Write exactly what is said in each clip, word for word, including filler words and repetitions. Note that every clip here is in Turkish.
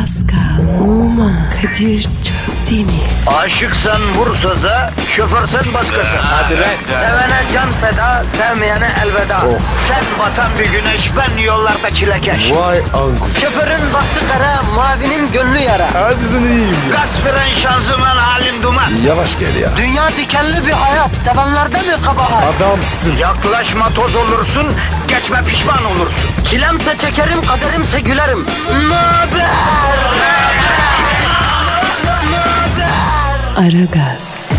Pascal, Oman, Kadir çok değil mi? Aşıksan vursa da, şoförsen başkasın. Hadi lan. Sevene can feda, sevmeyene elveda. Oh. Sen batan bir güneş, ben yollarda çilekeş. Vay anku. Şoförün baktı kara, mavinin gönlü yara. Hadi sen iyiyim ya. Kasperen şanzıman halin duman. Yavaş gel ya. Dünya dikenli bir hayat, sevenlerde mi kabahar? Adamsın. Yaklaşma toz olursun, geçme pişman olursun. Çilemse çekerim, kaderimse gülerim. Möber! Aragaz.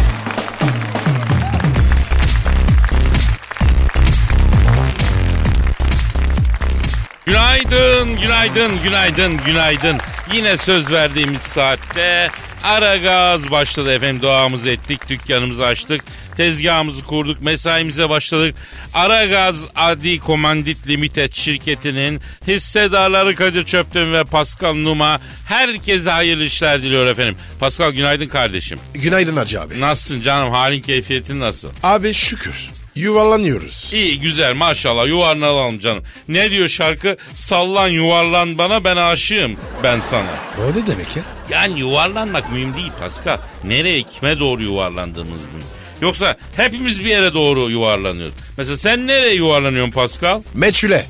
Günaydın, günaydın, günaydın, günaydın. Yine söz verdiğimiz saatte Aragaz başladı efendim. Duamızı ettik, dükkanımızı açtık, tezgahımızı kurduk, mesaimize başladık. Aragaz Adi Komandit Limited şirketinin hissedarları Kadir Çöpten ve Pascal Numa herkese hayırlı işler diliyor efendim. Pascal günaydın kardeşim. Günaydın Hacı abi. Nasılsın canım, halin keyfiyetin nasıl? Abi şükür. Yuvarlanıyoruz. İyi güzel maşallah, yuvarlanalım canım. Ne diyor şarkı? Sallan yuvarlan bana, ben aşığım ben sana. O ne demek ya? Yani yuvarlanmak mühim değil Pascal. Nereye, kime doğru yuvarlandığımız mühim. Yoksa hepimiz bir yere doğru yuvarlanıyoruz. Mesela sen nereye yuvarlanıyorsun Pascal? Meçhule.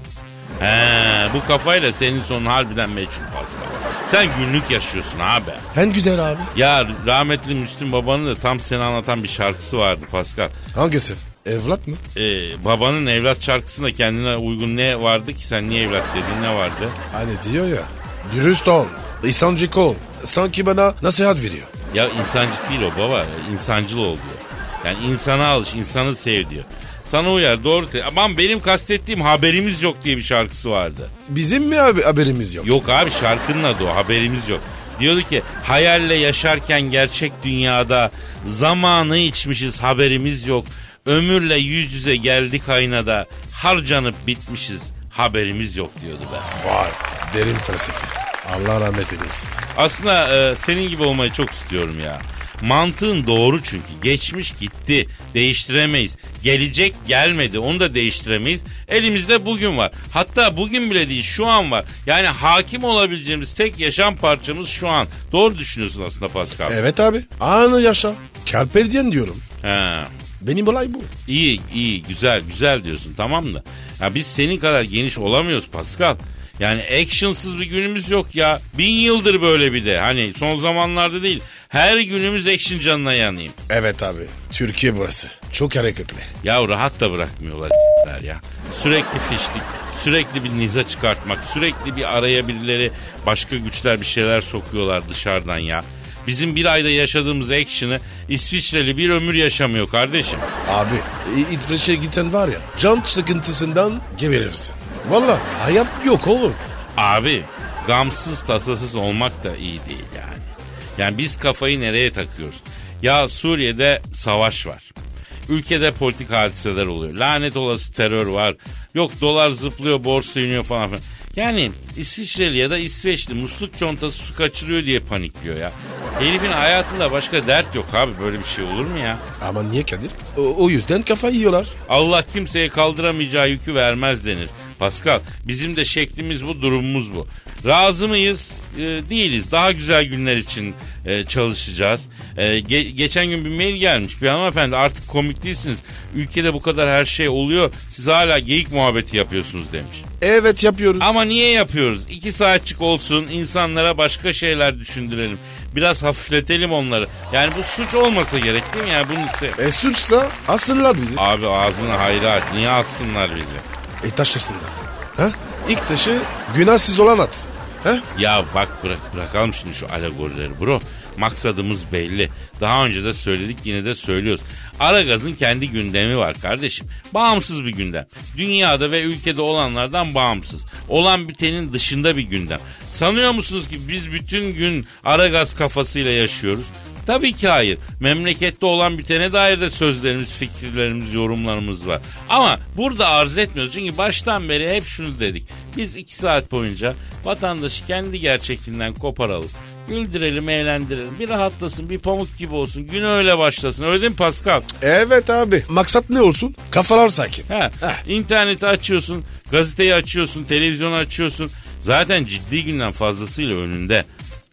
He, bu kafayla senin sonun harbiden meçhul Pascal. Sen günlük yaşıyorsun abi. En güzel abi. Ya rahmetli Müslüm Baba'nın da tam seni anlatan bir şarkısı vardı Pascal. Hangisi? Evlat mı? Ee, babanın evlat şarkısında kendine uygun ne vardı ki, sen niye evlat dedin, ne vardı? Hani diyor ya. Dürüst ol. İnsancık ol. Sanki bana nasihat veriyor. Ya insancık değil o baba, insancıl ol diyor. Yani insana alış, insanı sev diyor. Sana uyar, doğru. Aman benim kastettiğim haberimiz yok diye bir şarkısı vardı. Bizim mi abi haberimiz yok? Yok abi, şarkının adı o, haberimiz yok. Diyordu ki hayalle yaşarken gerçek dünyada zamanı içmişiz, haberimiz yok. Ömürle yüz yüze geldik aynada, harcanıp bitmişiz, haberimiz yok diyordu be. Vay, derin felsefe. Allah rahmet eylesin. Aslında e, senin gibi olmayı çok istiyorum ya. Mantığın doğru çünkü. Geçmiş gitti, değiştiremeyiz. Gelecek gelmedi, onu da değiştiremeyiz. Elimizde bugün var. Hatta bugün bile değil, şu an var. Yani hakim olabileceğimiz tek yaşam parçamız şu an. Doğru düşünüyorsun aslında Pascal. Evet abi. Anı yaşa. Carpe diem diyorum. He. Benim olay bu. İyi, iyi, güzel, güzel diyorsun, tamam da. Ya biz senin kadar geniş olamıyoruz Pascal. Yani actionsız bir günümüz yok ya. Bin yıldır böyle bir de. Hani son zamanlarda değil. Her günümüz action canına yanayım. Evet abi. Türkiye burası. Çok hareketli. Ya rahat da bırakmıyorlar ya. Sürekli fiştik. Sürekli bir niza çıkartmak. Sürekli bir araya birileri, başka güçler bir şeyler sokuyorlar dışarıdan ya. Bizim bir ayda yaşadığımız action'ı İsviçreli bir ömür yaşamıyor kardeşim. Abi İsviçre'ye gitsen var ya, can sıkıntısından geberirsin. Valla hayat yok oğlum. Abi gamsız tasasız olmak da iyi değil yani. Yani biz kafayı nereye takıyoruz? Ya Suriye'de savaş var. Ülkede politik hadiseler oluyor. Lanet olası terör var. Yok dolar zıplıyor, borsa iniyor falan filan. Yani İsviçreli ya da İsveçli musluk contası su kaçırıyor diye panikliyor ya. Herifin hayatında başka dert yok abi, böyle bir şey olur mu ya? Ama niye Kadir? O, o yüzden kafayı yiyorlar. Allah kimseye kaldıramayacağı yükü vermez denir. Pascal, bizim de şeklimiz bu, durumumuz bu. Razı mıyız? E, değiliz. Daha güzel günler için e, çalışacağız. E, ge- geçen gün bir mail gelmiş. Bir hanımefendi, artık komik değilsiniz. Ülkede bu kadar her şey oluyor. Siz hala geyik muhabbeti yapıyorsunuz demiş. Evet yapıyoruz. Ama niye yapıyoruz? İki saatçik olsun, insanlara başka şeyler düşündürelim. Biraz hafifletelim onları. Yani bu suç olmasa gerek değil mi? Yani bunu se- E suçsa asırlar bizi. Abi ağzını hayra aç. Niye assınlar bizi? E taşlasınlar. Ha? İlk taşı günahsız olan atsın. Ha? Ya bak bırak bırakalım şimdi şu alegorileri bro. Maksadımız belli. Daha önce de söyledik, yine de söylüyoruz. Aragaz'ın kendi gündemi var kardeşim. Bağımsız bir gündem. Dünyada ve ülkede olanlardan bağımsız. Olan bitenin dışında bir gündem. Sanıyor musunuz ki biz bütün gün Aragaz kafasıyla yaşıyoruz? Tabii ki hayır. Memlekette olan bitene dair de sözlerimiz, fikirlerimiz, yorumlarımız var. Ama burada arz etmiyoruz. Çünkü baştan beri hep şunu dedik. Biz iki saat boyunca vatandaşı kendi gerçekliğinden koparalım. Güldürelim, eğlendirelim. Bir rahatlasın, bir pamuk gibi olsun. Gün öyle başlasın. Öyle değil mi Pascal? Evet abi. Maksat ne olsun? Kafalar sakin. Ha, İnterneti açıyorsun, gazeteyi açıyorsun, televizyonu açıyorsun. Zaten ciddi günden fazlasıyla önünde.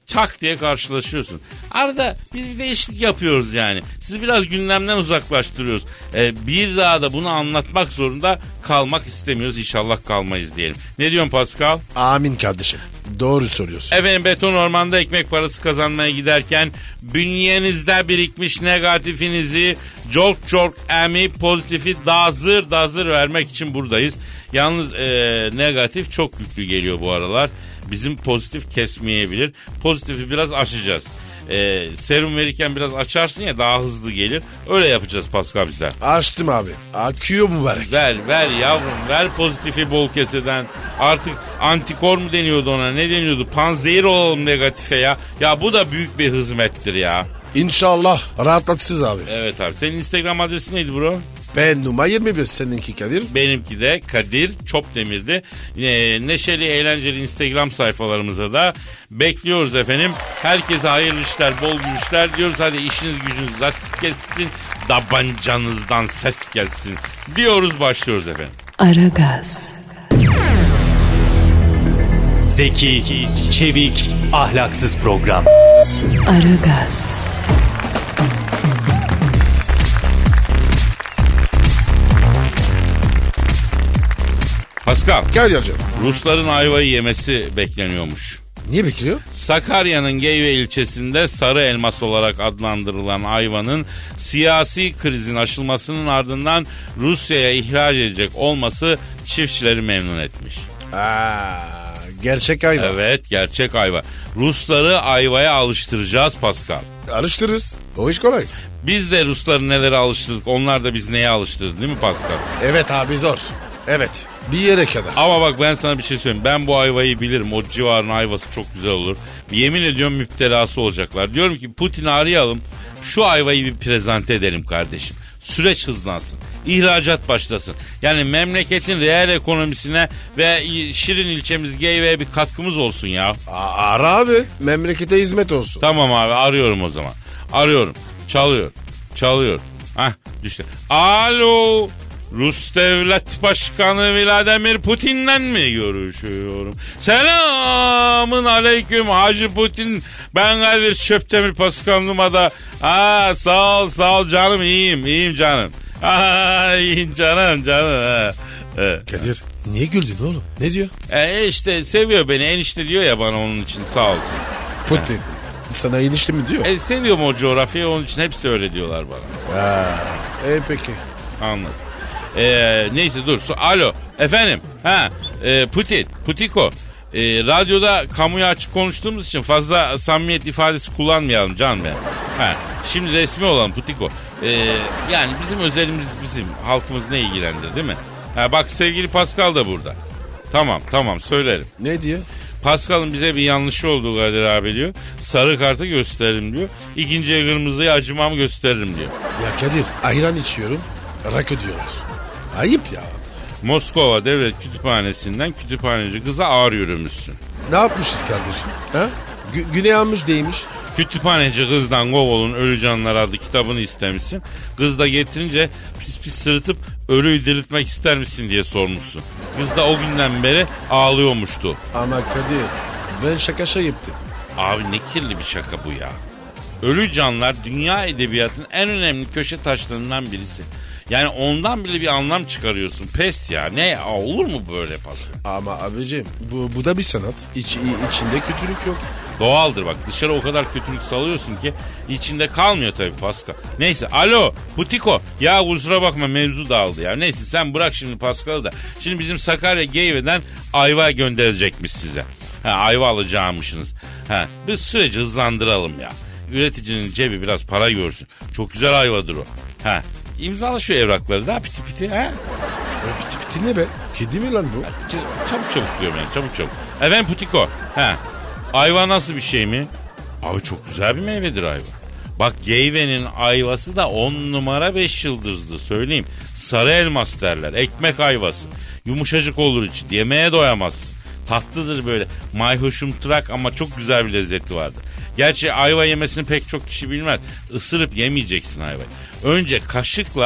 çak diye karşılaşıyorsun. Arada biz bir değişiklik yapıyoruz yani. Sizi biraz gündemden uzaklaştırıyoruz. Ee, bir daha da bunu anlatmak zorunda kalmak istemiyoruz. İnşallah kalmayız diyelim. Ne diyorsun Pascal? Amin kardeşim. Doğru söylüyorsun. Efendim beton ormanda ekmek parası kazanmaya giderken bünyenizde birikmiş negatifinizi çok çok emi pozitifi dazır dazır vermek için buradayız. Yalnız e, negatif çok yüklü geliyor bu aralar. Bizim pozitif kesmeyebilir. Pozitifi biraz açacağız. Ee, serum verirken biraz açarsın ya daha hızlı gelir. Öyle yapacağız Pascal bizler. Açtım abi. Akıyor mübarek. Ver ver yavrum ver pozitifi bol keseden. Artık antikor mu deniyordu ona ne deniyordu? Panzehir olalım negatife ya. Ya bu da büyük bir hizmettir ya. İnşallah rahatlatsız abi. Evet abi. Senin Instagram adresi neydi bro? Ben numara yirmi bir, seninki Kadir. Benimki de Kadir Çopdemir'di. Ee, neşeli eğlenceli Instagram sayfalarımıza da bekliyoruz efendim. Herkese hayırlı işler, bol gülüşler diyoruz. Hadi işiniz gücünüz rast gelsin, tabancanızdan ses gelsin diyoruz, başlıyoruz efendim. Aragaz. Zeki, çevik, ahlaksız program. Aragaz. Pascal, Kadir'cim. Rusların ayvayı yemesi bekleniyormuş. Niye bekliyor? Sakarya'nın Geyve ilçesinde sarı elmas olarak adlandırılan ayvanın siyasi krizin aşılmasının ardından Rusya'ya ihraç edecek olması çiftçileri memnun etmiş. Aa, gerçek ayva. Evet, gerçek ayva. Rusları ayvaya alıştıracağız Pascal. Alıştırırız. O iş kolay. Biz de Rusları nelere alıştırdık, onlar da biz neye alıştırdı değil mi Pascal? Evet abi zor. Evet. Bir yere kadar. Ama bak ben sana bir şey söyleyeyim. Ben bu ayvayı bilirim. O civarın ayvası çok güzel olur. Yemin ediyorum müptelası olacaklar. Diyorum ki Putin'i arayalım. Şu ayvayı bir prezente edelim kardeşim. Süreç hızlansın. İhracat başlasın. Yani memleketin reel ekonomisine ve şirin ilçemiz Geyve'ye bir katkımız olsun ya. A- ara abi. Memlekete hizmet olsun. Tamam abi arıyorum o zaman. Arıyorum. Çalıyor. Çalıyor. Hah düştü. Alo. Rus Devlet Başkanı Vladimir Putin'le mi görüşüyorum? Selamın aleyküm Hacı Putin. Ben Kadir Çöptemir Pascal Numa'da. Aa, sağ ol sağ ol canım, iyiyim iyiyim canım. Aa, iyiyim canım canım. Evet. Kadir niye güldün oğlum? Ne diyor? E işte seviyor beni, enişte diyor ya bana, onun için sağ olsun. Putin. Sana enişte mi diyor? E, seviyorum o coğrafyayı, onun için hepsi öyle diyorlar bana. Ha. E peki. Anladım. Ee, neyse dur. So, alo efendim. Ha e, Putin, Putiko. E, radyoda kamuya açık konuştuğumuz için fazla samimiyet ifadesi kullanmayalım canım benim. Ha, şimdi resmi olalım Putiko. E, yani bizim özelimiz bizim. Halkımız ne ilgilendir değil mi? Ha, bak sevgili Pascal da burada. Tamam tamam söylerim. Ne diyor? Pascal'ın bize bir yanlışı olduğu Kadir abi diyor. Sarı kartı gösteririm diyor. İkinciye kırmızıyı acımam gösteririm diyor. Ya Kadir ayran içiyorum. Rakı diyorlar. Ayıp ya. Moskova Devlet Kütüphanesi'nden kütüphaneci kıza ağır yürümüşsün. Ne yapmışız kardeşim? Ha? Gü- Güney almış değmiş. Kütüphaneci kızdan Gogol'un Ölü Canlar adlı kitabını istemişsin. Kız da getirince pis pis sırıtıp ölüyü diriltmek ister misin diye sormuşsun. Kız da o günden beri ağlıyormuştu. Ama Kadir ben şaka şey yaptım. Abi ne kirli bir şaka bu ya. Ölü Canlar dünya edebiyatının en önemli köşe taşlarından birisi. Yani ondan bile bir anlam çıkarıyorsun. Pes ya. Ne olur mu böyle pas? Ama abicim bu, bu da bir sanat. İç, içinde kötülük yok. Doğaldır bak, dışarı o kadar kötülük salıyorsun ki içinde kalmıyor tabii Pascal. Neyse alo Putiko, ya kusura bakma mevzu dağıldı ya. Neyse sen bırak şimdi Pascal'ı da. Şimdi bizim Sakarya Geyve'den ayva gönderecekmiş size. Ha, ayva alacağımışsınız. Ha, biz süreci hızlandıralım ya. Üreticinin cebi biraz para görsün. Çok güzel ayvadır o. Ha, imzala şu evrakları da piti piti ha. E, piti piti ne be? Kedi mi lan bu? Ç- çabuk çabuk diyorum yani, çabuk çabuk. Efendim Putiko. Ha. Ayva nasıl bir şey mi? Abi çok güzel bir meyvedir ayva. Bak Geyve'nin ayvası da on numara beş yıldızdı söyleyeyim. Sarı elmas derler. Ekmek ayvası. Yumuşacık olur içi. Yemeğe doyamazsın. Tatlıdır böyle. Mayhoşumtırak ama çok güzel bir lezzeti vardır. Gerçi ayva yemesini pek çok kişi bilmez. Isırıp yemeyeceksin ayvayı. Önce kaşıkla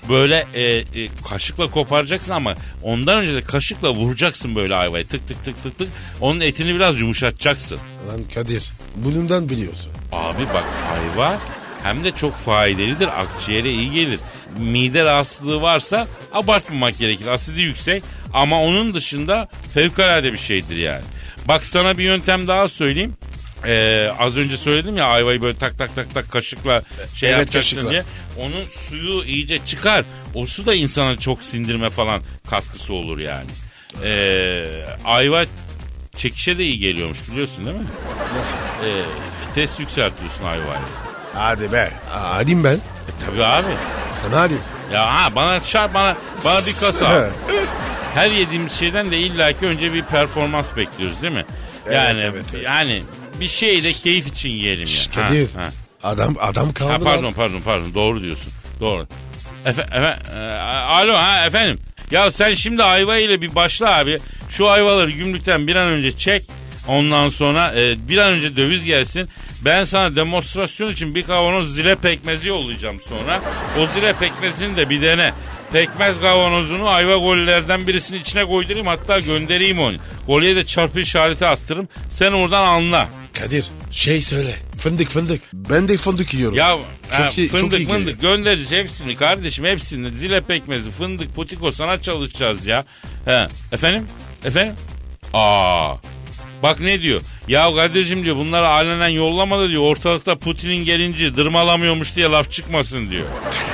Böyle e, e, kaşıkla koparacaksın ama ondan önce de kaşıkla vuracaksın böyle ayvayı. Tık tık tık tık tık. Onun etini biraz yumuşatacaksın. Lan Kadir bundan biliyorsun. Abi bak ayva hem de çok faydalıdır. Akciğere iyi gelir. Mide rahatsızlığı varsa abartmamak gerekir. Asidi yüksek ama onun dışında fevkalade bir şeydir yani. Bak sana bir yöntem daha söyleyeyim. Ee, az önce söyledim ya ayvayı böyle tak tak tak tak kaşıkla şey Evet, yapacaksın kaşıkla. diye. Onun suyu iyice çıkar. O su da insana çok sindirme falan katkısı olur yani. Ee, ayva çekişe de iyi geliyormuş biliyorsun değil mi? Nasıl? Ee, vites yükseltiyorsun ayvayı. Hadi be. Alayım ben. E, tabii abi. Sana alayım. Ya ha bana çarp bana bana bir kasa al. Her yediğimiz şeyden de illaki önce bir performans bekliyoruz değil mi? Yani Evet, evet, evet. yani bir şeyi de keyif için yiyelim Şş, ya. Kadir. Ha, ha. Adam adam kaldı. Ha, pardon pardon pardon doğru diyorsun. Doğru. Efe, efe, e, alo ha efendim. Ya sen şimdi ayva ile bir başla abi. Şu ayvaları gümrükten bir an önce çek. Ondan sonra e, bir an önce döviz gelsin. Ben sana demonstrasyon için bir kavanoz zile pekmezi yollayacağım sonra. O zile pekmezini de bir dene. Pekmez kavanozunu ayva gollerden birisinin içine koydurayım hatta göndereyim onu. Golye de çarpı işareti attırırım. Sen oradan anla. Kadir şey söyle. Fındık fındık. Ben de fındık yiyorum. Ya çok ha, iyi, çok fındık iyi fındık geliyor. göndeririz hepsini kardeşim hepsini. Zile pekmezi, fındık, putiko sana çalışacağız ya. He, efendim? Efendim? Aa. Bak ne diyor? Ya Kadir'cim diyor bunları alenen yollamadı diyor. Ortalıkta Putin'in gelinci dırmalamıyormuş diye laf çıkmasın diyor.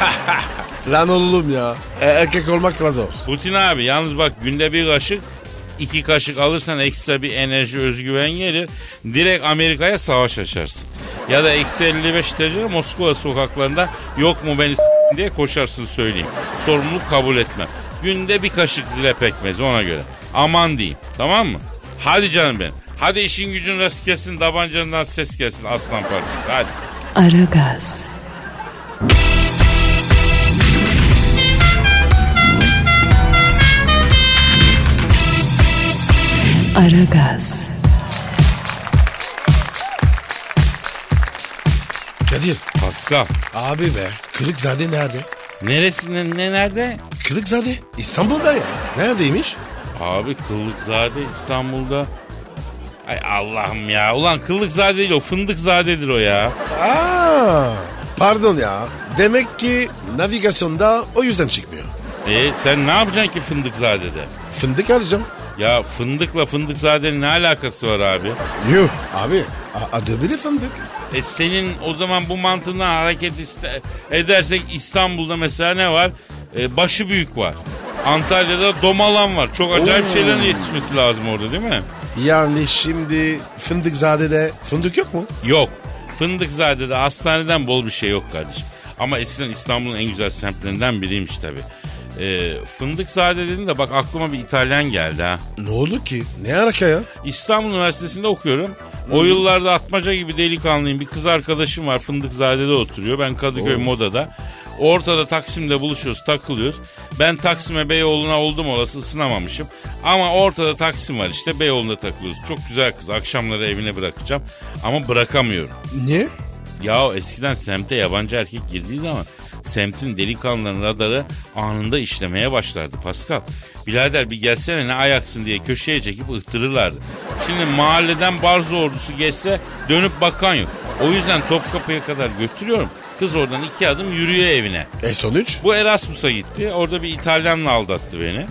Lan oğlum ya. E, erkek olmak da zor. Putin abi yalnız bak günde bir kaşık iki kaşık alırsan ekstra bir enerji özgüven gelir. Direkt Amerika'ya savaş açarsın. Ya da eksi elli beş derece Moskova sokaklarında yok mu beni s- diye koşarsın söyleyeyim. Sorumluluk kabul etmem. Günde bir kaşık zile pekmezi ona göre. Aman diyeyim tamam mı? Hadi canım benim. Hadi işin gücün rast gelsin tabancandan ses gelsin aslan parçası hadi. Aragaz. Aragaz. Kadir. Pascal. Abi be. Kırıkzade nerede? Neresinden ne nerede? Kırıkzade İstanbul'da ya. Neredeymiş? Abi Kıllıkzade İstanbul'da. Ay Allah'ım ya. Ulan Kıllıkzade değil o Fındıkzade'dir o ya. Aa, pardon ya. Demek ki navigasyonda o yüzden çıkmıyor. E sen ne yapacaksın ki Fındıkzade'de? Fındık arayacağım. Ya fındıkla Fındıkzade'nin ne alakası var abi? Yuh abi a- adı bile fındık. E senin o zaman bu mantığından hareket iste- edersek İstanbul'da mesela ne var? E, başı büyük var. Antalya'da domalan var. Çok acayip Oo. şeylerin yetişmesi lazım orada değil mi? Yani şimdi Fındıkzade'de fındık yok mu? Yok. Fındıkzade'de hastaneden bol bir şey yok kardeşim. Ama eskiden İstanbul'un en güzel semtlerinden biriymiş tabii. E, Fındıkzade dedin de bak aklıma bir İtalyan geldi ha. Ne oldu ki? Ne alaka ya? İstanbul Üniversitesi'nde okuyorum. O yıllarda Atmaca gibi delikanlıyım. Bir kız arkadaşım var Fındıkzade'de oturuyor. Ben Kadıköy Moda'da. Ortada Taksim'de buluşuyoruz, takılıyoruz. Ben Taksim'e Beyoğlu'na oldum olası ısınamamışım. Ama ortada Taksim var işte Beyoğlu'nda takılıyoruz. Çok güzel kız. Akşamları evine bırakacağım. Ama bırakamıyorum. Niye? Ya eskiden semte yabancı erkek girdiği zaman semtin delikanlıların radarı anında işlemeye başlardı Pascal. Birader bir gelsene ne ayaksın diye köşeye çekip ıhtırırlardı. Şimdi mahalleden barzo ordusu geçse dönüp bakan yok. O yüzden Topkapı'ya kadar götürüyorum. Kız oradan iki adım yürüyor evine. E sonuç? Bu Erasmus'a gitti. Orada bir İtalyanla aldattı beni.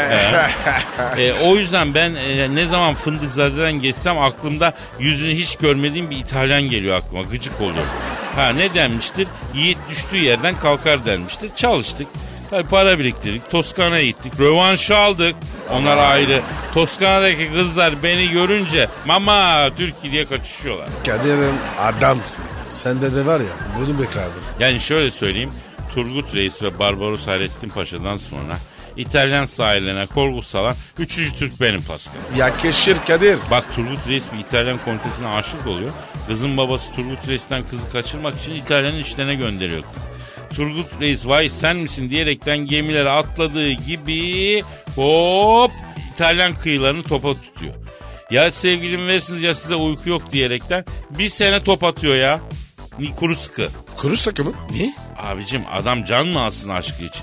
ee, e, o yüzden ben e, ne zaman Fındıkzade'den geçsem aklımda yüzünü hiç görmediğim bir İtalyan geliyor aklıma. Gıcık oluyor. Ha ne denmiştir? Yiğit düştüğü yerden kalkar denmiştir. Çalıştık. Tabii para biriktirdik. Toskana'ya gittik. Rövanşı aldık. Onlar ayrı. Toskana'daki kızlar beni görünce mama Türkiye diye kaçışıyorlar. Kadir'im adamsın. Sende de var ya bunu beklerdim. Yani şöyle söyleyeyim. Turgut Reis ve Barbaros Hayrettin Paşa'dan sonra İtalyan sahillerine korku salan üçüncü Türk benim Pascal. Yakışır Kadir. Bak Turgut Reis bir İtalyan kontesine aşık oluyor. Kızın babası Turgut Reis'ten kızı kaçırmak için İtalyan'ın işlerine gönderiyor kız. Turgut Reis vay sen misin diyerekten gemilere atladığı gibi hop İtalyan kıyılarını topa tutuyor. Ya sevgilim versiniz ya size uyku yok diyerekten bir sene top atıyor ya. Kuru sıkı. Kuru sakı mı? Ne? Abicim adam can mı alsın aşkı için?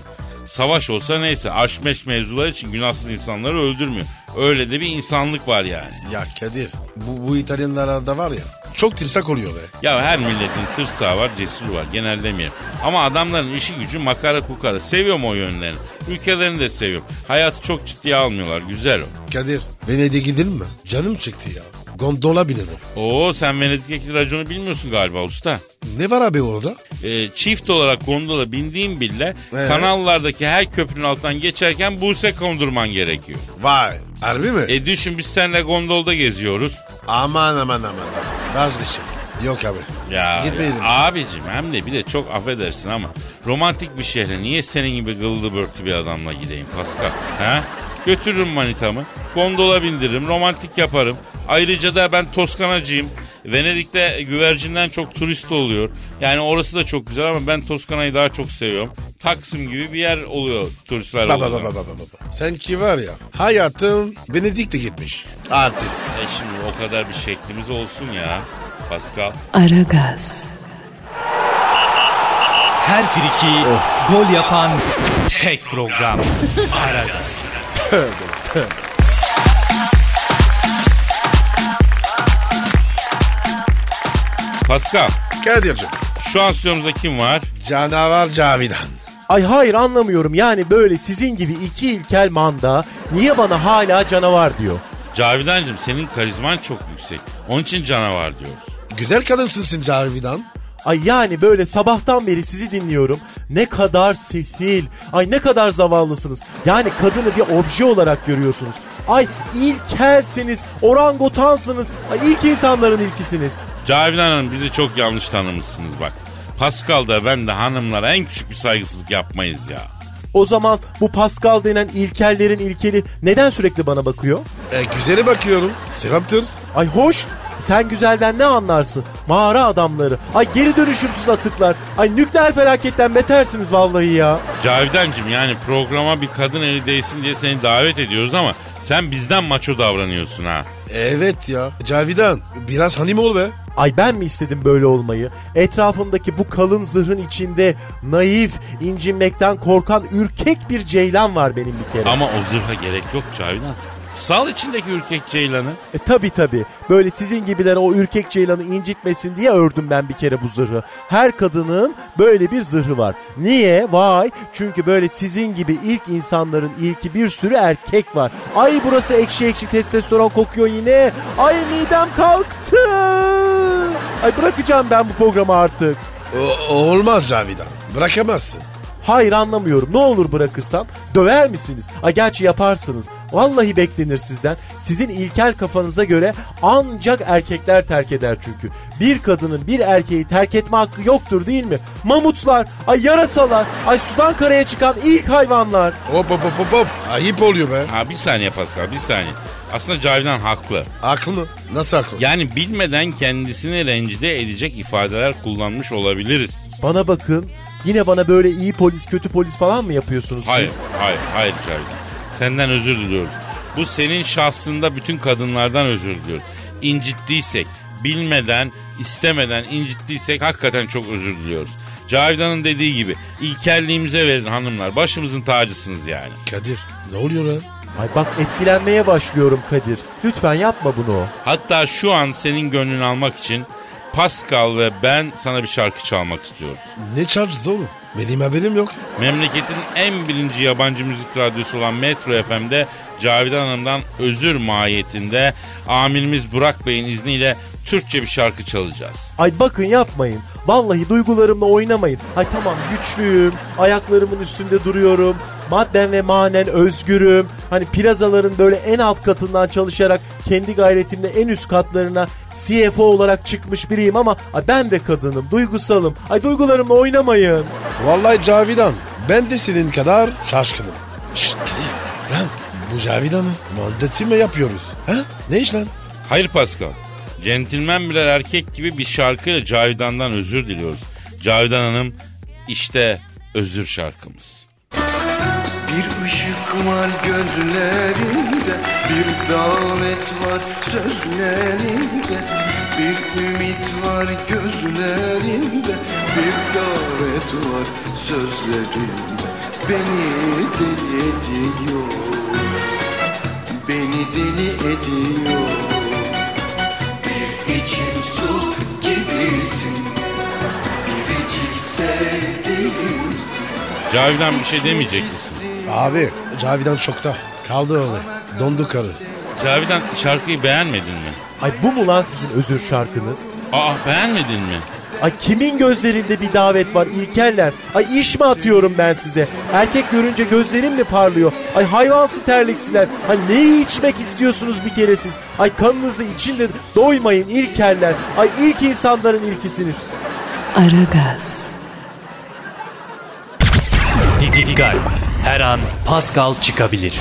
Savaş olsa neyse, aşk meşk mevzular için günahsız insanları öldürmüyor. Öyle de bir insanlık var yani. Ya Kadir bu, bu İtalyanlarda var ya çok tırsak oluyor be. Ya her milletin tırsağı var, cesur var, genellemeyelim. Ama adamların işi gücü makara kukara. Seviyorum o yönlerini. Ülkelerini de seviyorum. Hayatı çok ciddiye almıyorlar, güzel o. Kadir Venedik'e gidelim mi? Canım çekti ya. Gondola binelim. Oo, sen Venedik'teki raconu bilmiyorsun galiba usta. Ne var abi orada? Ee, çift olarak gondola bindiğin bile Ee? kanallardaki her köprünün altından geçerken buse kondurman gerekiyor. Vay harbi mi? E düşün, biz seninle gondolda geziyoruz. Aman aman aman. Vazgeçin. Yok abi. Ya, Gitmeyelim. ya abicim, hem de bir de çok affedersin ama romantik bir şehre niye senin gibi gıllı börtlü bir adamla gideyim Pascal? Ha? Götürürüm manitamı, gondola bindiririm, romantik yaparım. Ayrıca da ben Toskanacıyım. Venedik'te güvercinden çok turist oluyor. Yani orası da çok güzel ama ben Toskana'yı daha çok seviyorum. Taksim gibi bir yer oluyor turistler. Baba baba baba baba. Sen ki var ya hayatın Venedik'te gitmiş. Artist. E şimdi o kadar bir şeklimiz olsun ya Pascal. Aragaz. Her friki gol yapan tek program. Aragaz. Tövbe tövbe. Pascal, Kadir'cim. şu an stüdyomuzda kim var? Canavar Cavidan. Ay hayır anlamıyorum yani böyle sizin gibi iki ilkel manda niye bana hala canavar diyor. Cavidancığım, senin karizman çok yüksek. Onun için canavar diyoruz. Güzel kadınsın Cavidan. Ay yani böyle sabahtan beri sizi dinliyorum. Ne kadar sefil, ay ne kadar zavallısınız. Yani kadını bir obje olarak görüyorsunuz. Ay ilkelsiniz, orangotansınız. Ay ilk insanların ilkisiniz. Cavidan Hanım, bizi çok yanlış tanımışsınız bak. Pascal da ben de hanımlara en küçük bir saygısızlık yapmayız ya. O zaman bu Pascal denen ilkellerin ilkeli neden sürekli bana bakıyor? E, güzele bakıyorum. Sevaptır. Ay hoş. Sen güzelden ne anlarsın? Mağara adamları. Ay geri dönüşümsüz atıklar. Ay nükleer felaketten betersiniz vallahi ya. Cavidancığım, yani programa bir kadın eli değsin diye seni davet ediyoruz ama sen bizden maço davranıyorsun ha. Evet ya. Cavidan biraz hanim ol be. Ay ben mi istedim böyle olmayı? Etrafımdaki bu kalın zırhın içinde naif, incinmekten korkan ürkek bir ceylan var benim bir kere. Ama o zırha gerek yok Cavidan. Sal içindeki ürkek ceylanı. E tabi tabi. Böyle sizin gibiler o ürkek ceylanı incitmesin diye ördüm ben bir kere bu zırhı. Her kadının böyle bir zırhı var. Niye? Vay. Çünkü böyle sizin gibi ilk insanların ilki bir sürü erkek var. Ay burası ekşi ekşi testosteron kokuyor yine. Ay midem kalktı. Ay bırakacağım ben bu programı artık. O, olmaz Cavidan. Bırakamazsın. Hayır anlamıyorum. Ne olur bırakırsam döver misiniz? Ay gerçi yaparsınız. Vallahi beklenir sizden. Sizin ilkel kafanıza göre ancak erkekler terk eder çünkü. Bir kadının bir erkeği terk etme hakkı yoktur değil mi? Mamutlar, ay yarasalar, ay sudan karaya çıkan ilk hayvanlar. Hop hop hop hop. Ayıp oluyor be. Ha bir saniye Pascal, bir saniye. Aslında Cavidan haklı. Haklı mı? Nasıl haklı? Yani bilmeden kendisini rencide edecek ifadeler kullanmış olabiliriz. Bana bakın. Yine bana böyle iyi polis kötü polis falan mı yapıyorsunuz Hayır, siz? hayır, hayır Cavidan. Senden özür diliyoruz. Bu senin şahsında bütün kadınlardan özür diliyoruz. İncittiysek, bilmeden, istemeden incittiysek hakikaten çok özür diliyoruz. Cavidan'ın dediği gibi ilkelliğimize verin hanımlar. Başımızın tacısınız yani. Kadir ne oluyor lan? Ay bak etkilenmeye başlıyorum Kadir. Lütfen yapma bunu. Hatta şu an senin gönlünü almak için Pascal ve ben sana bir şarkı çalmak istiyoruz. Ne çalacağız oğlum? Benim haberim yok. Memleketin en birinci yabancı müzik radyosu olan Metro F M'de Cavidan Hanım'dan özür mahiyetinde amirimiz Burak Bey'in izniyle Türkçe bir şarkı çalacağız. Ay bakın yapmayın. Vallahi duygularımla oynamayın. Ay tamam güçlüyüm. Ayaklarımın üstünde duruyorum. Madden ve manen özgürüm. Hani plazaların böyle en alt katından çalışarak kendi gayretimle en üst katlarına C F O olarak çıkmış biriyim ama ay ben de kadınım, duygusalım. Ay duygularımla oynamayın. Vallahi Cavidan ben de senin kadar şaşkınım. Şşt Kadir lan bu Cavidan'ı mandati mi yapıyoruz? Ha? Ne iş lan? Hayır Pascal. Centilmen birer erkek gibi bir şarkıyla Cavidan'dan özür diliyoruz. Cavidan Hanım işte özür şarkımız. Bir ışık var gözlerinde, bir davet var sözlerinde, bir ümit var gözlerinde, bir davet var sözlerinde. beni deli ediyor. Beni deli ediyor. Bir içim su gibisin, biricik sevdiğimsin. Cavidan bir şey demeyecek misin? Abi Cavidan şokta. Kaldı öyle. Dondu karı. Cavidan şarkıyı beğenmedin mi? Ay bu mu lan sizin özür şarkınız? Aa beğenmedin mi? Ay kimin gözlerinde bir davet var İlkerler? Ay iş mi atıyorum ben size? Erkek görünce gözlerim mi parlıyor? Ay hayvansı terliksiler. Ay neyi içmek istiyorsunuz bir kere siz? Ay kanınızı içinde doymayın İlkerler. Ay ilk insanların ilkisiniz. Aragaz, Dikkat. Her an Pascal çıkabilir.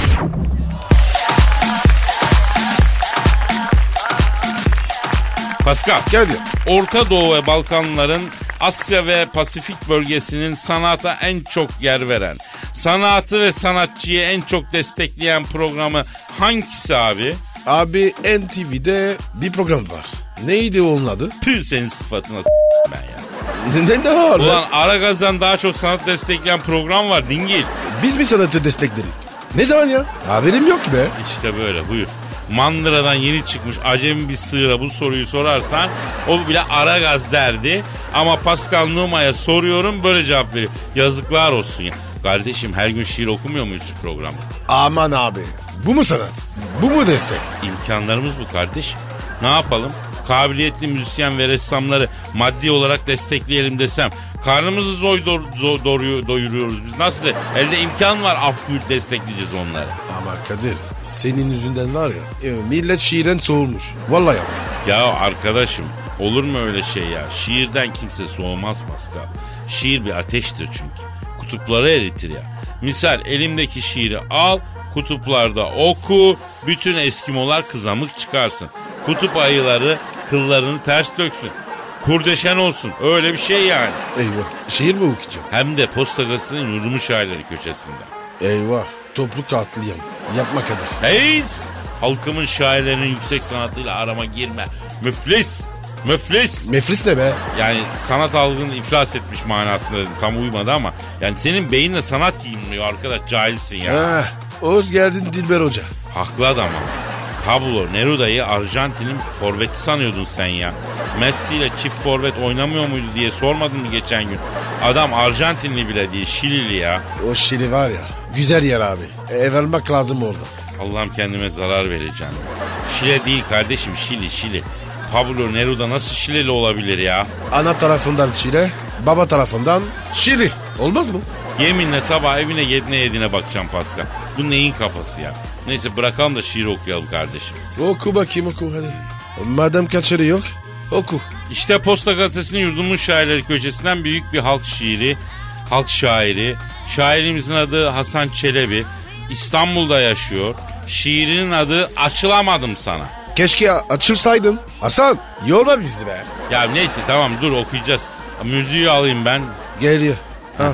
Pascal, Gel ya. Orta Doğu ve Balkanların Asya ve Pasifik bölgesinin sanata en çok yer veren, sanatı ve sanatçıyı en çok destekleyen programı hangisi abi? Abi N T V'de bir program var. Neydi onun adı? Tüh senin sıfatına s- ben ya. Ne ne var Ulan lan? Aragaz'dan daha çok sanat destekleyen program var dingil. Biz mi sanatı destekledik? Ne zaman ya? Haberim yok be. İşte böyle buyur. Mandıra'dan yeni çıkmış acemi bir sığıra bu soruyu sorarsan o bile Aragaz derdi. Ama Pascal Numa'ya soruyorum böyle cevap veriyor. Yazıklar olsun ya. Kardeşim her gün şiir okumuyor muyuz şu programda? Aman abi. Bu mu sanat? Bu mu destek? İmkanlarımız bu kardeşim. Ne yapalım? Kabiliyetli müzisyen ve ressamları maddi olarak destekleyelim desem karnımızı zor do- do- doyuruyor- doyuruyoruz biz. Nasıl? Elde imkan var, af buyur destekleyeceğiz onları. Ama Kadir senin yüzünden var ya e, millet şiiren soğumuş. Vallahi ya. Ya arkadaşım olur mu öyle şey ya? Şiirden kimse soğumaz Pascal. Şiir bir ateştir çünkü. Kutupları eritir ya. Misal elimdeki şiiri al, kutuplarda oku, bütün Eskimolar kızamık çıkarsın. Kutup ayıları kıllarını ters döksün. Kurdeşen olsun. Öyle bir şey yani. Eyvah. Şiir mi okuyacağım? Hem de Posta Gazetesi'nin yurdumu şairleri köşesinde. Eyvah. Toplu katliam. Yapma Kadir. Heyiz! Halkımın şairlerinin yüksek sanatıyla arama girme. Müflis! Müflis! Meflis ne be? Yani sanat algını iflas etmiş manasında dedim. Tam uymadı ama. Yani senin beyinle sanat giyinmiyor arkadaş. Cahilsin ya. Ah, hoş geldin Dilber Hoca. Haklı adam ama. Pablo Neruda'yı Arjantin'in forveti sanıyordun sen ya. Messi ile çift forvet oynamıyor muydu diye sormadın mı geçen gün? Adam Arjantinli bile değil, Şilili ya. O Şili var ya. Güzel yer abi. Ev almak lazım orada. Allah'ım kendime zarar vereceğim. Şile değil kardeşim, Şili, Şili. Pablo Neruda nasıl Şileli olabilir ya? Ana tarafından Şile, baba tarafından Şili. Olmaz mı? Yeminle sabah evine yedine yediğine bakacağım Pascal. Bu neyin kafası ya? Neyse bırakalım da şiir okuyalım kardeşim. Oku bakayım oku hadi. Madem kaçarı yok oku. İşte Posta Gazetesi'nin yurdumun şairleri köşesinden büyük bir halk şiiri, halk şairi. Şairimizin adı Hasan Çelebi. İstanbul'da yaşıyor. Şiirinin adı Açılamadım Sana. Keşke açırsaydın. Hasan yorma bizi be. Ya neyse tamam dur okuyacağız. Müziği alayım ben. Geliyor. Ha.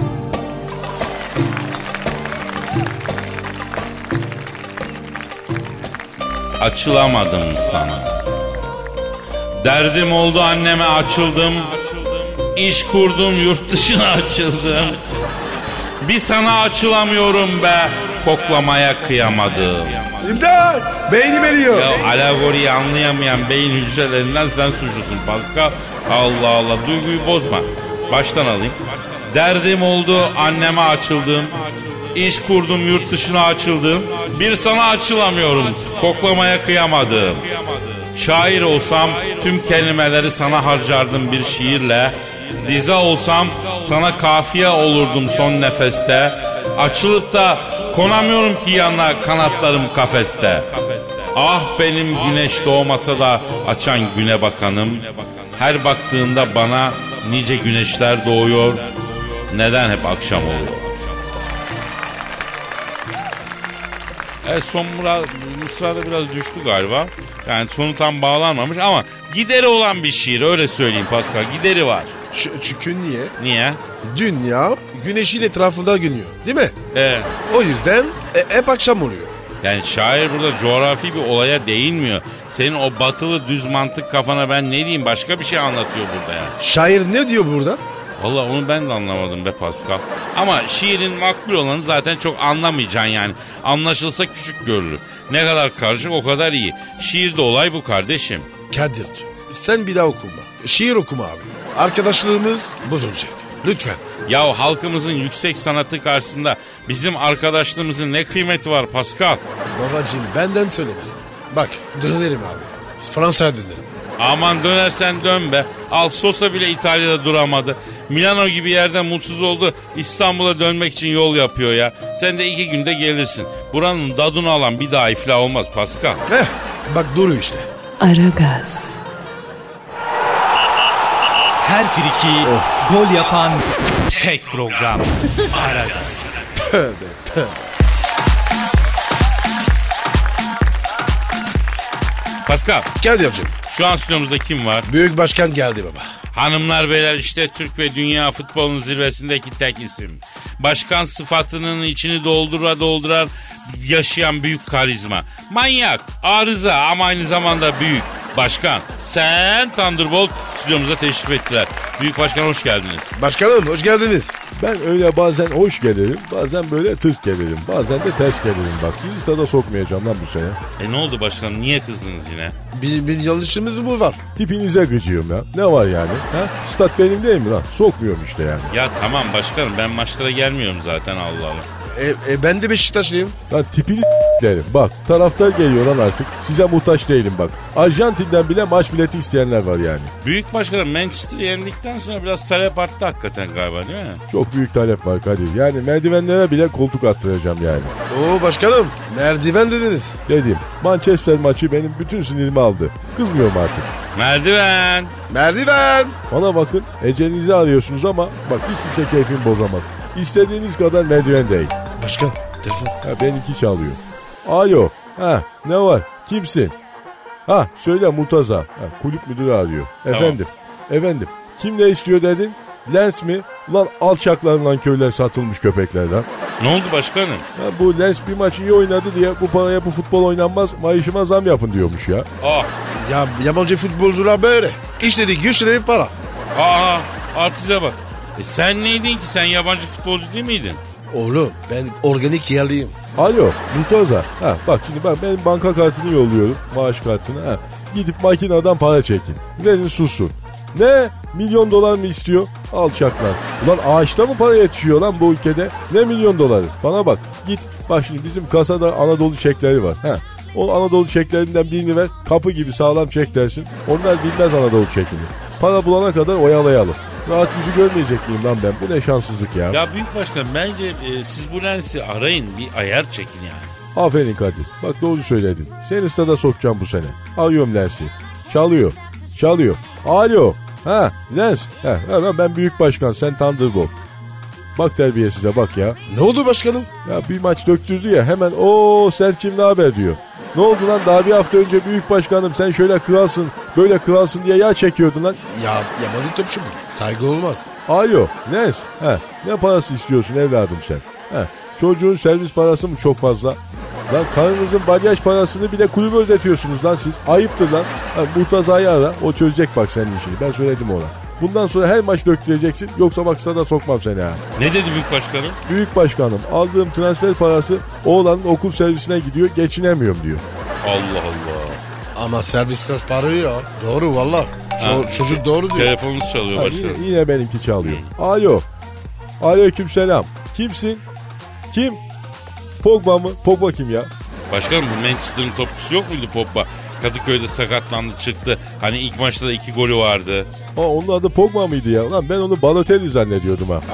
Açılamadım sana. Derdim oldu anneme açıldım. İş kurdum yurt dışına açıldım. Bir sana açılamıyorum be. Koklamaya kıyamadım. İmdat! Beynim eriyor. Ya alegoriyi anlayamayan beyin hücrelerinden sen suçlusun Pascal. Allah Allah duyguyu bozma. Baştan alayım. Derdim oldu anneme açıldım. İş kurdum yurt dışına açıldım. Bir sana açılamıyorum. Koklamaya kıyamadım. Şair olsam tüm kelimeleri sana harcardım bir şiirle. Dize olsam sana kafiye olurdum son nefeste. Açılıp da konamıyorum ki yanına kanatlarım kafeste. Ah benim güneş doğmasa da açan güne bakanım. Her baktığında bana nice güneşler doğuyor. Neden hep akşam oluyor? Evet son mısrada biraz düştü galiba. Yani sonu tam bağlanmamış ama gideri olan bir şiir öyle söyleyeyim Pascal. Gideri var. Ç- çünkü niye? Niye? Dünya güneşin etrafında dönüyor değil mi? Evet. O yüzden e, hep akşam oluyor. Yani şair burada coğrafi bir olaya değinmiyor. Senin o batılı düz mantık kafana ben ne diyeyim başka bir şey anlatıyor burada ya. Şair ne diyor burada? Valla onu ben de anlamadım be Pascal. Ama şiirin makbul olanı zaten çok anlamayacaksın yani. Anlaşılsa küçük görülür. Ne kadar karışık o kadar iyi. Şiirde olay bu kardeşim. Kadir'cim sen bir daha okuma. Şiir okuma abi. Arkadaşlığımız bozulacak. Lütfen. Ya halkımızın yüksek sanatı karşısında bizim arkadaşlığımızın ne kıymeti var Pascal? Babacığım benden söylemesin. Bak dönerim abi. Fransa'ya dönerim. Aman dönersen dön be. Al Sosa bile İtalya'da duramadı. Milano gibi yerden mutsuz oldu. İstanbul'a dönmek için yol yapıyor ya. Sen de iki günde gelirsin. Buranın dadını alan bir daha iflah olmaz Pascal. Heh bak duruyor işte. Aragaz. Her friki gol yapan tek program. Aragaz. Tövbe tövbe. Pascal, Kadir'cim şu an stüdyomuzda kim var? büyük başkan geldi baba. Hanımlar beyler, işte Türk ve dünya futbolunun zirvesindeki tek isim. Başkan sıfatının içini doldura dolduran yaşayan büyük karizma. Manyak, arıza ama aynı zamanda büyük. Başkan, sen Thunderbolt stüdyomuza teşrif ettiler. Büyük başkan hoş geldiniz. Başkanım hoş geldiniz. Ben öyle bazen hoş gelirim, bazen böyle tırs gelirim, bazen de ters gelirim bak. Sizi stada sokmayacağım lan bu sene. E ne oldu başkanım, niye kızdınız yine? Bir, bir yanlışımız mı var? Tipinize gıcığım ya. Ne var yani? Ha? Stat benim değil mi lan? Sokmuyorum işte yani. Ya tamam başkanım, ben maçlara gelmiyorum zaten, Allah Allah. E, e, ben de Beşiktaşlıyım. Lan tipini derim. Bak taraftar geliyor lan artık. Size muhtaç değilim bak. Arjantin'den bile maç bileti isteyenler var yani. Büyük başkanım, Manchester'ı yendikten sonra biraz talep arttı hakikaten galiba, değil mi? Çok büyük talep var Kadir. Yani merdivenlere bile koltuk attıracağım yani. Oo başkanım merdiven dediniz. Dedim Manchester maçı benim bütün sinirimi aldı. Kızmıyorum artık. Merdiven. Merdiven. Bana bakın ecelinizi arıyorsunuz ama bak hiç kimse keyfini bozamaz. İstediğiniz kadar merdiven değil. Başkan telefon. Ha, benimki çalıyor. Alo. Ha, ne var? Kimsin? Ha söyle Murtaza. Ha, kulüp müdürü arıyor. Tamam. Efendim. Efendim. Kim ne istiyor dedin? Lens mi? Ulan alçaklarından köyler satılmış köpeklerden. Ne oldu başkanım? Ha, bu Lens bir maç iyi oynadı diye bu paraya bu futbol oynanmaz. Maaşıma zam yapın diyormuş ya. Ah. Ya yabancı futbolcular böyle. İşleri güçleri para. Aa, artize bak. E sen neydin ki? Sen yabancı futbolcu değil miydin? Oğlum ben organik yerliyim. Alo Murtaza. Ha, bak şimdi ben benim banka kartını yolluyorum. Maaş kartını. Ha. Gidip makineden para çekin. Verin sussun. Ne? Milyon dolar mı istiyor? Alçaklar. Ulan ağaçta mı para yetişiyor lan bu ülkede? Ne milyon doları? Bana bak git. Bak şimdi bizim kasada Anadolu çekleri var. Ha. O Anadolu çeklerinden birini ver. Kapı gibi sağlam çek dersin. Onlar bilmez Anadolu çekini. Para bulana kadar oyalayalım. Rahat yüzü görmeyecek miyim lan ben? Bu ne şanssızlık ya. Ya büyük başkan, bence e, siz bu lensi arayın, bir ayar çekin yani. Aferin Kadir. Bak doğru söyledin. Seni stada sokacağım bu sene. Arıyorum lensi. Çalıyor. Çalıyor. Alo. Ha lens. Ha, ha, ben büyük başkan, sen Thunderbolt. Bak terbiyesize bak ya. Ne oldu başkanım? Ya bir maç döktürdü ya hemen o Serçim ne haber diyor. Ne oldu lan, daha bir hafta önce büyük başkanım sen şöyle kralsın böyle kralsın diye yağ çekiyordun lan. Ya yabancı topçu mu? Saygı olmaz. Alo Lens. Ha, ne parası istiyorsun evladım sen? Ha, çocuğun servis parası mı çok fazla? Lan karınızın balyaj parasını bile kulübe ödetiyorsunuz lan siz. Ayıptır lan. Ha, Murtaza'yı ara, o çözecek bak senin işini. Ben söyledim ona. Bundan sonra her maç döktüreceksin, yoksa bak sana sokmam seni ha. Ne dedi büyük başkanım? Büyük başkanım, aldığım transfer parası oğlanın okul servisine gidiyor, geçinemiyorum diyor. Allah Allah. Ama servis kaç para ya? Doğru valla. Ço- çocuk doğru diyor. Telefonunuz çalıyor Ha, başkanım. yine, yine benimki çalıyor. Alo. Aleykümselam. Kimsin? Kim? Pogba mı? Pogba kim ya? Başkanım, bu Manchester'ın topçusu yok muydu Pogba? Kadıköy'de sakatlandı çıktı. Hani ilk maçta da iki golü vardı. Aa, onun adı Pogba mıydı ya? Lan ben onu Balotelli zannediyordum ha.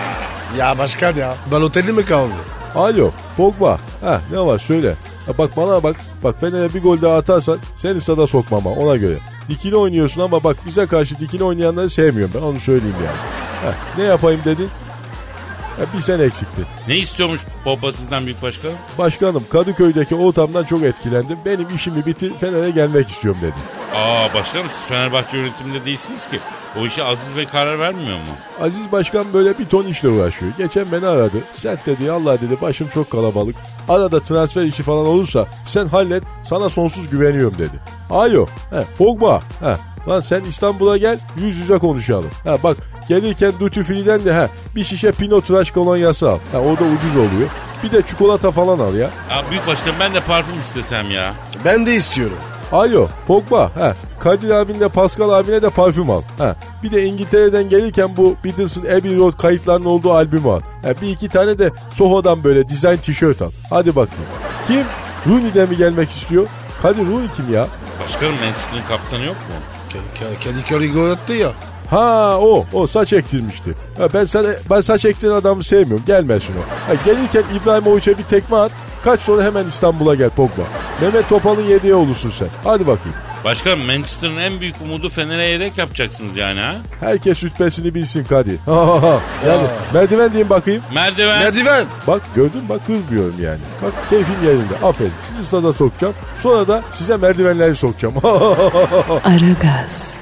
Ya başkan ya. Balotelli mi kaldı? Alo Pogba. Ha, ne var söyle. Ha, bak bana bak. Bak Fener'e bir gol daha atarsan seni stada sokmam ha, ona göre. Dikili oynuyorsun ama bak bize karşı dikili oynayanları sevmiyorum ben, onu söyleyeyim yani. Ha, ne yapayım dedin? Ha, bir sen eksiktin. Ne istiyormuş Pogba sizden büyük başkanım? Başkanım Kadıköy'deki ortamdan çok etkilendim. Benim işimi bitir, Fener'e gelmek istiyorum dedi. Aa başkanım, siz Fenerbahçe yönetiminde değilsiniz ki. O işe Aziz Bey karar vermiyor mu? Aziz Başkan böyle bir ton işle uğraşıyor. Geçen beni aradı. Sen dedi Allah dedi başım çok kalabalık. Arada transfer işi falan olursa sen hallet, sana sonsuz güveniyorum dedi. Alo. He, Pogba. He, Lan sen İstanbul'a gel, yüz yüze konuşalım. Ha bak, gelirken Duty Free'den de ha bir şişe Pino Tıraş kolonyası al. Ha o da ucuz oluyor. Bir de çikolata falan al ya. Ya büyük başkanım, ben de parfüm istesem ya. Ben de istiyorum. Alo Pogba, ha Kadir abinle Pascal abine de parfüm al. Ha bir de İngiltere'den gelirken bu Beatles'ın Abbey Road kayıtlarının olduğu albümü al. Ha bir iki tane de Soho'dan böyle dizayn tişört al. Hadi bakayım. Kim? Rooney'den mi gelmek istiyor? Kadir Rooney kim ya? Başkanım, Manchester'ın kaptanı yok mu? Kedi Curry gol attı ya. Ha o o saç ektirmişti. Ha, ben sen ben saç ektiren adamı sevmiyorum. Gelmesin o. Ha, gelirken İbrahimovic'e bir tekme at. Kaç sonra hemen İstanbul'a gel Pogba. Mehmet Topal'ın yedeği olursun sen. Hadi bakayım. Başkanım, Manchester'ın en büyük umudu Fener'e yedek yapacaksınız yani ha? Herkes rütbesini bilsin Kadir. Yani merdiven diyeyim bakayım. Merdiven. Merdiven. Bak gördün, bak kızmıyorum yani. Bak keyfim yerinde. Aferin. Sizi stada sokacağım. Sonra da size merdivenleri sokacağım. Aragaz.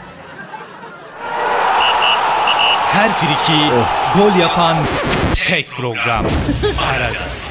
Her friki gol yapan tek program. Aragaz.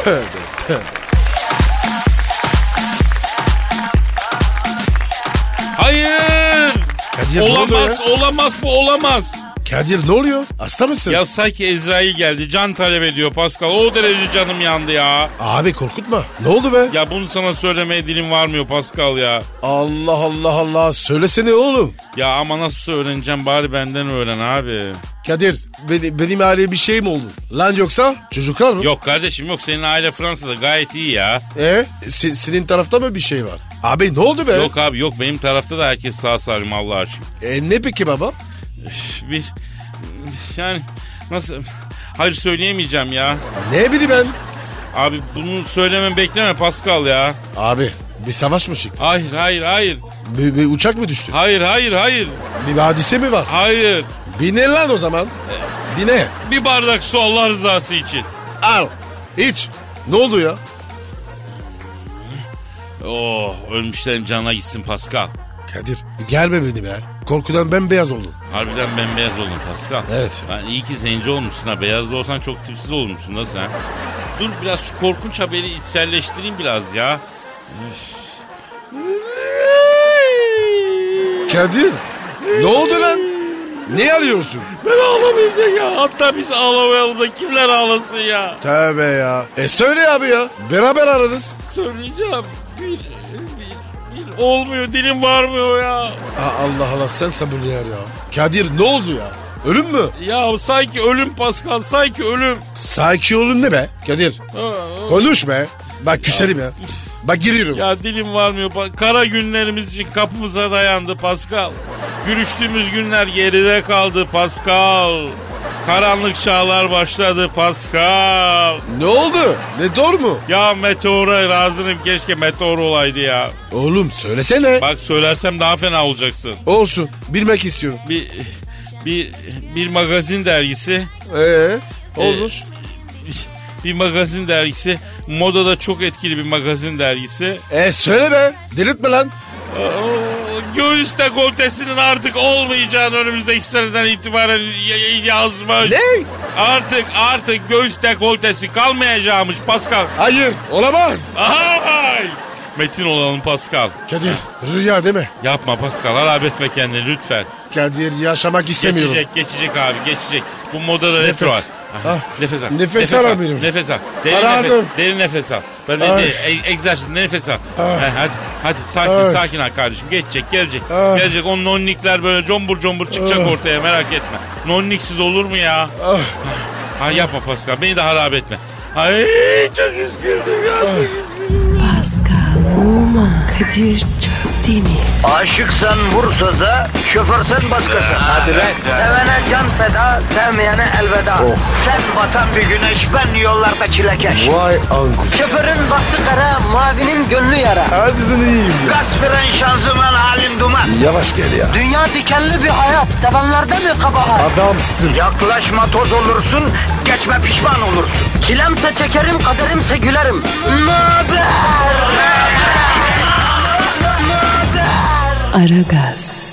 Hayır. Kadir, Olamaz, olamaz, bu olamaz. Kadir ne oluyor? Hasta mısın? Ya sanki Ezrail geldi, can talep ediyor Pascal. O derece canım yandı ya. Abi korkutma. Ne oldu be? Ya bunu sana söylemeye dilim varmıyor Pascal ya. Allah Allah Allah. Söylesene oğlum. Ya ama nasıl öğreneceğim, bari benden öğren abi. Kadir benim, benim aileye bir şey mi oldu? Lan yoksa çocuklar mı? Yok kardeşim yok, senin aile Fransa'da gayet iyi ya. E se, senin tarafta mı bir şey var? Abi ne oldu be? Yok abi yok, benim tarafta da herkes sağ salim Allah'a aşkına. E ne peki baba? Bir yani nasıl, hayır söyleyemeyeceğim ya. Ne bileyim ben? Abi bunu söylemem bekleme Pascal ya. Abi bir savaş mı çıktı? Hayır hayır hayır. Bir, bir uçak mı düştü? Hayır hayır hayır. Bir hadise mi var? Hayır. Bir ne lan o zaman? Bir ne? Bir bardak su Allah rızası için. Al. İç. Ne oldu ya? Oh, ölmüşlerin canına gitsin Pascal. Kadir gelme beni be. Korkudan bembeyaz oldum. Harbiden bembeyaz oldun Pascal. Evet. Ben iyi ki zenci olmuşsun ha. Beyaz da olsan çok tipsiz olmuşsun da sen. Dur biraz şu korkunç haberi içselleştireyim biraz ya. Kadir ne oldu lan? Ne arıyorsun? Ben ağlamayayım ya. Hatta biz ağlamayalım da kimler ağlasın ya. Tövbe ya. E söyle abi ya. Beraber ararız. Söyleyeceğim. Bir, bir, bir olmuyor, dilim varmıyor ya. Aa, Allah Allah sen sabırlı yer ya. Kadir ne oldu ya? Ölüm mü? Ya sanki ölüm Pascal, sanki ölüm. Sanki ölüm ne be? Kadir konuş be. Bak küselim ya. Bak giriyorum. Ya dilim varmıyor. Kara günlerimiz için kapımıza dayandı Pascal. Görüştüğümüz günler geride kaldı Pascal. Karanlık çağlar başladı Pascal. Ne oldu? Meteor mu? Ya meteora razıyım, keşke meteor olaydı ya. Oğlum söylesene. Bak söylersem daha fena olacaksın. Olsun bilmek istiyorum. Bir bir bir magazin dergisi. Eee olur. Bir magazin dergisi. Modada çok etkili bir magazin dergisi. E söyle be. Delirtme lan. Göğüs dekoltesinin artık olmayacağını önümüzdeki seneden itibaren yazmış. Ne? Artık artık göğüs dekoltesi kalmayacakmış Pascal. Hayır olamaz. Ay! Metin olalım Pascal. Kadir rüya deme. Yapma Pascal, harap etme kendini lütfen. Kadir yaşamak istemiyorum. Geçecek geçecek abi geçecek. Bu modada Nefes. retro var. Ah. Nefes al. Nefes al amirim. Nefes al. Derin Aradım. nefes, derin nefes al. Ben de, Ay. de e- egzersiz nefes al. Ah. Ha, hadi hadi sakin Ay. sakin al kardeşim. Geçecek gelecek. Ah. Gelecek, o nonnikler böyle combur combur çıkacak Ah. ortaya, merak etme. Nonniksiz olur mu ya? Ah. Ha, yapma Pascal, beni de harap etme. Ay çok üzgündüm ya. Ah. Pascal, Oman, Kadir çok değil mi? Aşıksan vursa da, şoförsen başkasın. Hadi lan. Sevene can feda, sevmeyene elveda. Sen batan bir güneş, ben yollarda çilekeş. Vay anku. Şoförün baktı kara, mavinin gönlü yara. Hadi sen iyiyim ya. Kasperen şanzıman halin duman. Yavaş gel ya. Dünya dikenli bir hayat, sevenlerde mi kabahar? Adamsın. Yaklaşma toz olursun, geçme pişman olursun. Çilemse çekerim, kaderimse gülerim. Möber! Aragaz.